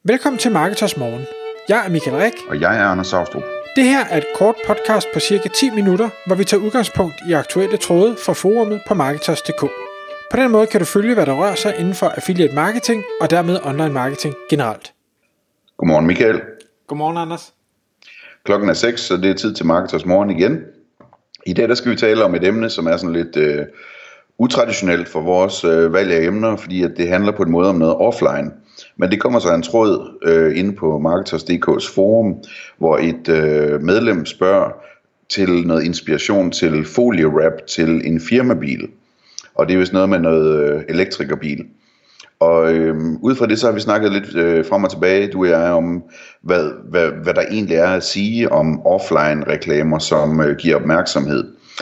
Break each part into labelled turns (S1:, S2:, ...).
S1: Velkommen til Marketers Morgen. Jeg er Michael Rik.
S2: Og jeg er Anders Saustrup.
S1: Det her er et kort podcast på cirka 10 minutter, hvor vi tager udgangspunkt i aktuelle tråde fra forumet på Marketers.dk. På den måde kan du følge, hvad der rører sig inden for affiliate marketing og dermed online marketing generelt.
S2: Godmorgen Michael.
S1: Godmorgen Anders.
S2: Klokken er 6, så det er tid til Marketers Morgen igen. I dag der skal vi tale om et emne, som er sådan lidt utraditionelt for vores valg af emner, fordi at det handler på en måde om noget offline. Men det kommer så en tråd inde på Marketers.dk's forum, hvor et medlem spørger til noget inspiration til foliewrap til en firmabil. Og det er vist noget med noget elektrikerbil. Og ud fra det så har vi snakket lidt frem og tilbage, du og jeg, om hvad der egentlig er at sige om offline reklamer, som giver opmærksomhed.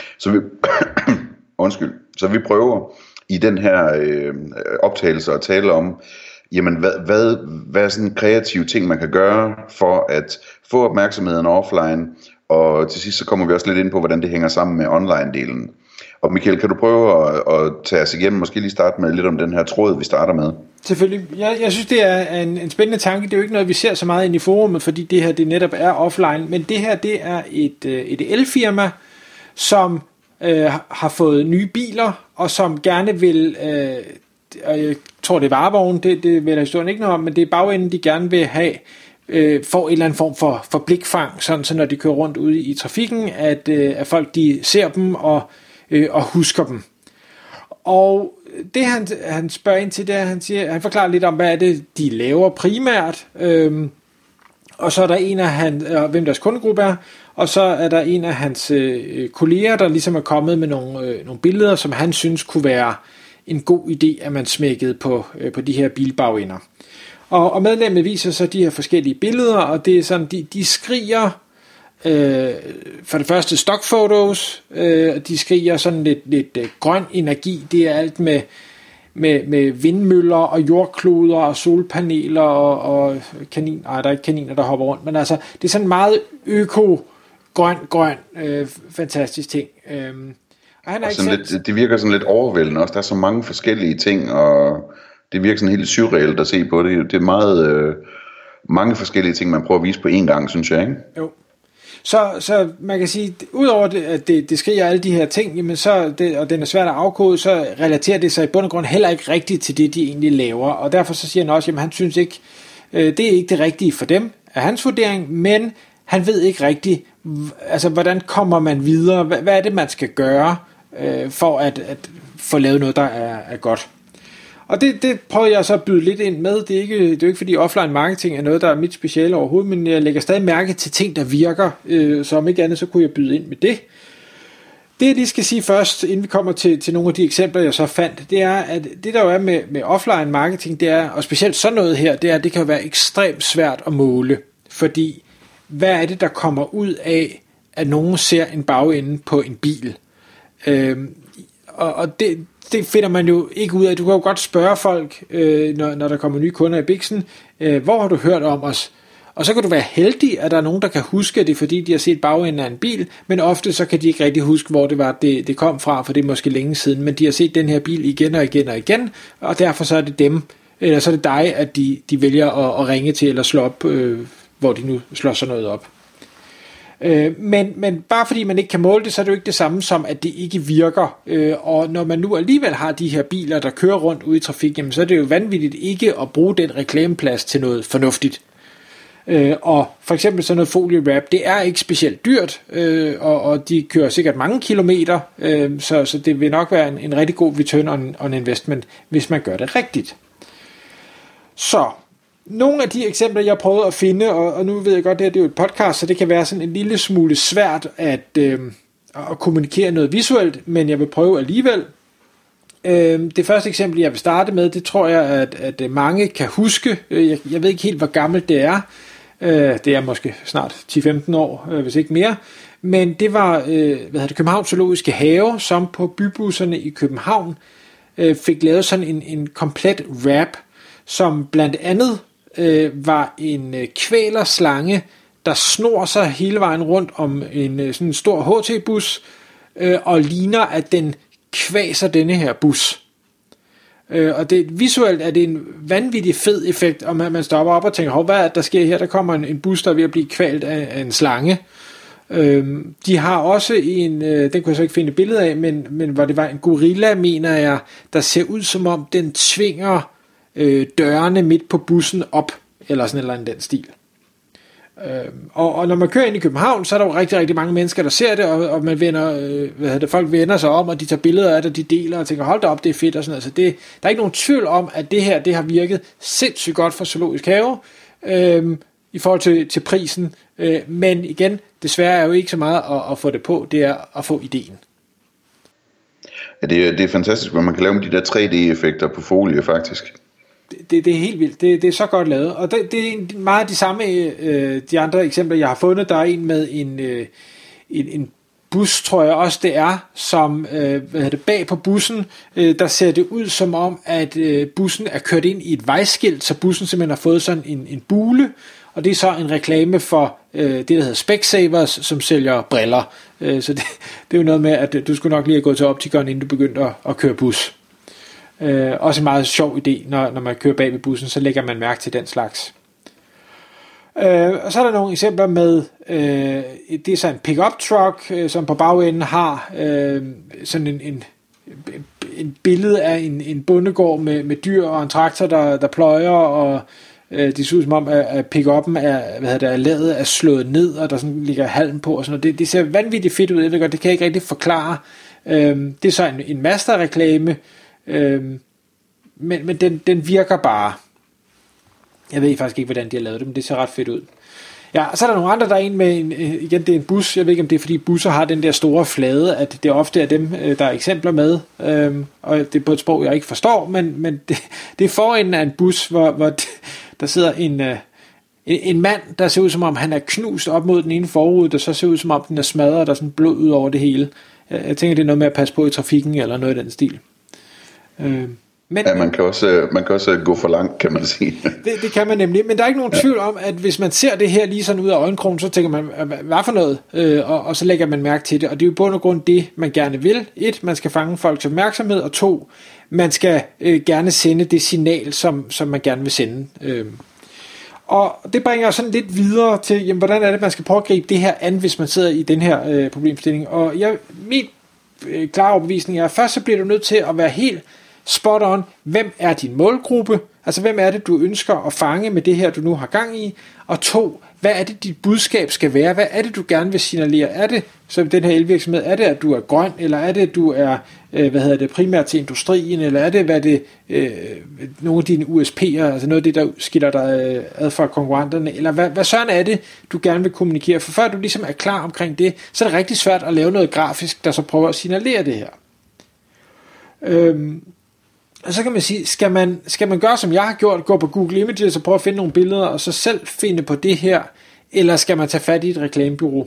S2: Så vi prøver i den her optagelse at tale om, jamen hvad er sådan kreative ting, man kan gøre for at få opmærksomheden offline, og til sidst så kommer vi også lidt ind på, hvordan det hænger sammen med online-delen. Og Michael, kan du prøve at tage os igennem, måske lige starte med lidt om den her tråd, vi starter med?
S1: Selvfølgelig. Jeg synes, det er en spændende tanke. Det er jo ikke noget, vi ser så meget ind i forumet, fordi det her det netop er offline. Men det her, det er et elfirma, som har fået nye biler, og som gerne vil, jeg tror det er varevogne, det vil historien ikke noget om, men det er bagenden, de gerne vil have, får en eller anden form for blikfang, sådan så når de kører rundt ude i trafikken, at folk de ser dem og husker dem. Og det han spørger ind til, det er, han forklarer lidt om, hvad er det, de laver primært, og så er der en af hvem deres kundegruppe er, og så er der en af hans kolleger, der ligesom er kommet med nogle billeder, som han synes kunne være en god idé, at man smækkede på de her bilbagender. Og medlemmet viser så de her forskellige billeder, og det er sådan, de skriger for det første stockfotos, de skriger sådan lidt grøn energi, det er alt med vindmøller og jordkloder og solpaneler og kaniner, der er ikke kaniner, der hopper rundt, men altså, det er sådan meget grøn, fantastisk ting. Og han er ikke
S2: lidt, det virker sådan lidt overvældende også, der er så mange forskellige ting, og det virker sådan helt surrealt at se på det. Det er meget mange forskellige ting, man prøver at vise på én gang, synes jeg, ikke?
S1: Jo. Så man kan sige, udover at det skriger alle de her ting, jamen og den er svært at afkode, så relaterer det sig i bund og grund heller ikke rigtigt til det, de egentlig laver. Og derfor så siger han også, at han synes ikke, det er ikke det rigtige for dem, af hans vurdering, men han ved ikke rigtigt, altså hvordan kommer man videre, hvad er det, man skal gøre, for at få lavet noget, der er godt. Og det prøver jeg så at byde lidt ind med. Det er jo ikke fordi offline marketing er noget, der er mit speciale overhovedet, men jeg lægger stadig mærke til ting, der virker. Så om ikke andet, så kunne jeg byde ind med det. Det jeg lige skal sige først, inden vi kommer til nogle af de eksempler, jeg så fandt, det er, at det der jo er med offline marketing, det er, og specielt sådan noget her, det er, at det kan jo være ekstremt svært at måle. Fordi, hvad er det, der kommer ud af, at nogen ser en bagende på en bil? Og det finder man jo ikke ud af. Du kan jo godt spørge folk, når der kommer nye kunder i Bixen, hvor har du hørt om os? Og så kan du være heldig, at der er nogen, der kan huske det, fordi de har set bagenden af en bil, men ofte så kan de ikke rigtig huske, hvor det var, det kom fra, for det er måske længe siden, men de har set den her bil igen og igen og igen, og derfor så er det dem, eller så er det dig, at de vælger at ringe til eller slå op, hvor de nu slår sådan noget op. Men bare fordi man ikke kan måle det, så er det jo ikke det samme som, at det ikke virker. Og når man nu alligevel har de her biler, der kører rundt ude i trafik, jamen, så er det jo vanvittigt ikke at bruge den reklameplads til noget fornuftigt. Og for eksempel sådan noget foliewrap, det er ikke specielt dyrt, og de kører sikkert mange kilometer, så det vil nok være en rigtig god return on investment, hvis man gør det rigtigt. Så nogle af de eksempler, jeg prøvede at finde, og nu ved jeg godt, det er jo et podcast, så det kan være sådan en lille smule svært at kommunikere noget visuelt, men jeg vil prøve alligevel. Det første eksempel, jeg vil starte med, det tror jeg, at mange kan huske. Jeg ved ikke helt, hvor gammelt det er. Det er måske snart 10-15 år, hvis ikke mere. Men det var Københavns Zoologiske Have, som på bybusserne i København fik lavet sådan en komplet wrap, som blandt andet var en kvælerslange, der snor sig hele vejen rundt om en sådan en stor HT-bus, og ligner, at den kvaser denne her bus. Og visuelt er det en vanvittig fed effekt, og man stopper op og tænker, hvad er det, der sker her? Der kommer en bus, der er ved at blive kvalt af en slange. De har også en, den kunne jeg så ikke finde et billede af, men hvor det var en gorilla, mener jeg, der ser ud som om den tvinger dørene midt på bussen op, eller sådan eller anden den stil. Og når man kører ind i København, så er der jo rigtig, rigtig mange mennesker, der ser det, og man vender, folk vender sig om, og de tager billeder af det, de deler, og tænker, hold da op, det er fedt, og sådan noget. Så der er ikke nogen tvivl om, at det her, det har virket sindssygt godt for Zoologisk Have, i forhold til prisen, men igen, desværre er jo ikke så meget at få det på, det er at få ideen.
S2: Ja, det er fantastisk, hvad man kan lave med de der 3D-effekter på folie, faktisk.
S1: Det er helt vildt. Det er så godt lavet. Og det er meget de samme, de andre eksempler, jeg har fundet. Der er en med en bus, tror jeg også det er, som bag på bussen, der ser det ud som om, at bussen er kørt ind i et vejskilt, så bussen simpelthen har fået sådan en bule, og det er så en reklame for det, der hedder Specsavers, som sælger briller. Så det er jo noget med, at du skulle nok lige have gået til optikeren, inden du begyndte at køre bus. Også en meget sjov idé, når man kører bag ved bussen, så lægger man mærke til den slags. Og så er der nogle eksempler med, det er så en pick-up truck, som på bagenden har sådan en billede af en bondegård med dyr og en traktor, der pløjer, og det ser ud som om, at pick-up'en er lavet af slået ned, og der sådan ligger halm på, og sådan noget. Det ser vanvittigt fedt ud, jeg ved godt, det kan jeg ikke rigtig forklare. Det er så en Mazda-reklame, men den virker bare. Jeg ved faktisk ikke, hvordan de har lavet det, men det ser ret fedt ud. Ja, og så er der nogle andre, der er en med igen, det er en bus. Jeg ved ikke, om det er, fordi busser har den der store flade, at det ofte er dem, der er eksempler med. Og det er på et sprog, jeg ikke forstår, men det er forenden af en bus, hvor der sidder en mand, der ser ud som om, han er knust op mod den ene forrude, der så ser ud som om, den er smadret, og der er sådan blod ud over det hele. Jeg tænker, det er noget med at passe på i trafikken, eller noget i den stil. Men, ja,
S2: man kan også gå for langt, kan man sige.
S1: Det kan man nemlig, men der er ikke nogen tvivl om, at hvis man ser det her lige sådan ud af øjenkrogen, så tænker man, hvad for noget, og så lægger man mærke til det, og det er jo i bund og grund det, man gerne vil. 1, man skal fange folks opmærksomhed, og 2, man skal gerne sende det signal, som man gerne vil sende. Og det bringer sådan lidt videre til, jamen, hvordan er det, man skal prøve at gribe det her an, hvis man sidder i den her problemstilling. Og min klare overbevisning er, først så bliver du nødt til at være helt spot on, hvem er din målgruppe, altså hvem er det, du ønsker at fange med det her, du nu har gang i, og 2, hvad er det, dit budskab skal være, hvad er det, du gerne vil signalere, er det, som den her elvirksomhed, er det, at du er grøn, eller er det, at du er, primært til industrien, eller er det, nogle af dine USP'er, altså noget af det, der skiller dig ad fra konkurrenterne, eller hvad søren er det, du gerne vil kommunikere, for før du ligesom er klar omkring det, så er det rigtig svært at lave noget grafisk, der så prøver at signalere det her. Og så kan man sige, skal man gøre som jeg har gjort, gå på Google Images og prøve at finde nogle billeder, og så selv finde på det her, eller skal man tage fat i et reklamebureau?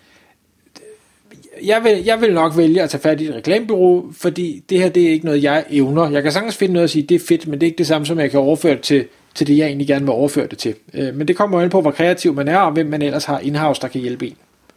S1: Jeg vil nok vælge at tage fat i et reklamebureau, fordi det her, det er ikke noget, jeg evner. Jeg kan sagtens finde noget og sige, det er fedt, men det er ikke det samme, som jeg kan overføre det til det, jeg egentlig gerne vil overføre det til. Men det kommer jo an på, hvor kreativ man er, og hvem man ellers har in-house, der kan hjælpe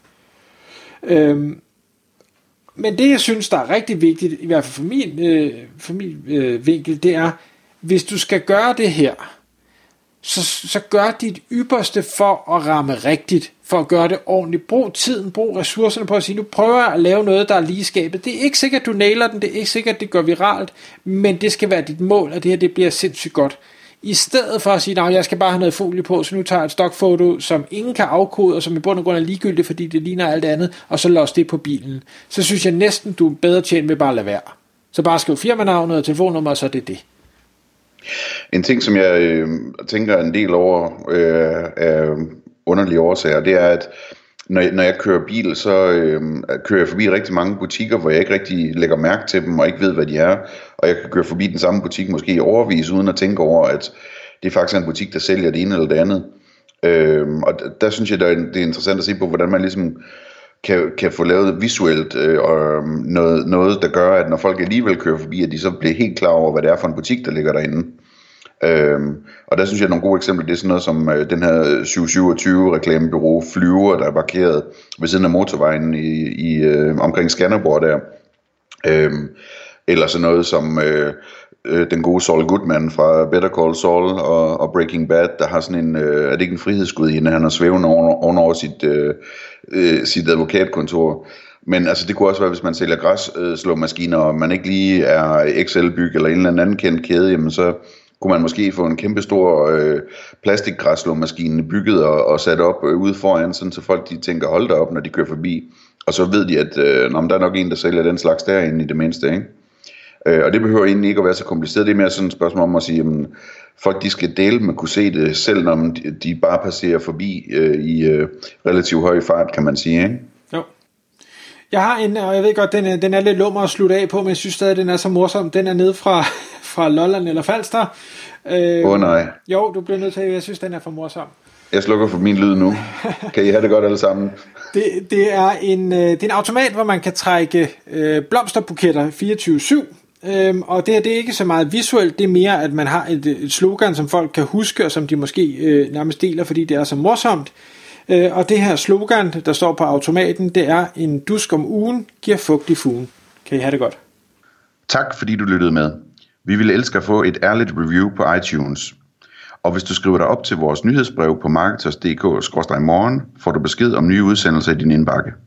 S1: en. Men det, jeg synes, der er rigtig vigtigt, i hvert fald for min vinkel, det er, hvis du skal gøre det her, så gør dit ypperste for at ramme rigtigt, for at gøre det ordentligt. Brug tiden, brug ressourcerne på at sige, nu prøver jeg at lave noget, der er lige skabet. Det er ikke sikkert, du nailer den, det er ikke sikkert, det går viralt, men det skal være dit mål, og det her, det bliver sindssygt godt. I stedet for at sige, nej, jeg skal bare have noget folie på, så nu tager jeg et stokfoto, som ingen kan afkode, og som i bund og grund er ligegyldigt, fordi det ligner alt andet, og så lås det på bilen. Så synes jeg næsten, du er bedre tjent ved bare at lade være. Så bare skriv firmanavnet og telefonnummer, og så er det det.
S2: En ting, som jeg tænker en del over af underlige årsager, det er, at når jeg kører bil, så kører jeg forbi rigtig mange butikker, hvor jeg ikke rigtig lægger mærke til dem, og ikke ved, hvad de er. Og jeg kan køre forbi den samme butik måske i overvis, uden at tænke over, at det er faktisk en butik, der sælger det ene eller det andet. Og der synes jeg, det er interessant at se på, hvordan man ligesom kan få lavet visuelt noget, der gør, at når folk alligevel kører forbi, at de så bliver helt klar over, hvad det er for en butik, der ligger derinde. Og der synes jeg, at nogle gode eksempler, det er sådan noget som den her 727 reklamebureau Flyver, der er parkeret ved siden af motorvejen omkring Skanderborg der. Eller sådan noget som den gode Saul Goodman fra Better Call Saul og Breaking Bad, der har sådan en, er det ikke en frihedsgudinde, han har svævende over sit advokatkontor. Men altså det kunne også være, hvis man sælger græsslåmaskiner, og man ikke lige er Excel-byg eller en eller anden kendt kæde, jamen så kunne man måske få en kæmpe stor plastikgræsslåmaskine bygget og sat op ude foran, sådan så folk de tænker, hold da op, når de kører forbi. Og så ved de, at der er nok en, der sælger den slags derinde i det mindste, ikke? Og det behøver egentlig ikke at være så kompliceret. Det er mere sådan et spørgsmål om at sige, at folk de skal dele med kunne se det, selv når de bare passerer forbi i relativt høj fart, kan man sige, ikke?
S1: Jo. Jeg har en, og jeg ved godt, den er lidt lummer at slutte af på, men jeg synes stadig, den er så morsom. Den er nede fra Lolland eller Falster.
S2: Nej.
S1: Jo, du bliver nødt til, jeg synes, den er for morsom.
S2: Jeg slukker for min lyd nu. Kan I have det godt alle sammen?
S1: Det er en automat, hvor man kan trække blomsterbuketter 24/7. Og det her, det er ikke så meget visuelt, det er mere, at man har et slogan, som folk kan huske, og som de måske nærmest deler, fordi det er så morsomt. Og det her slogan, der står på automaten, det er: en dusk om ugen giver fugt i fugen. Kan I have det godt?
S2: Tak fordi du lyttede med. Vi ville elske at få et ærligt review på iTunes. Og hvis du skriver dig op til vores nyhedsbrev på marketers.dk/morgen, får du besked om nye udsendelser i din indbakke.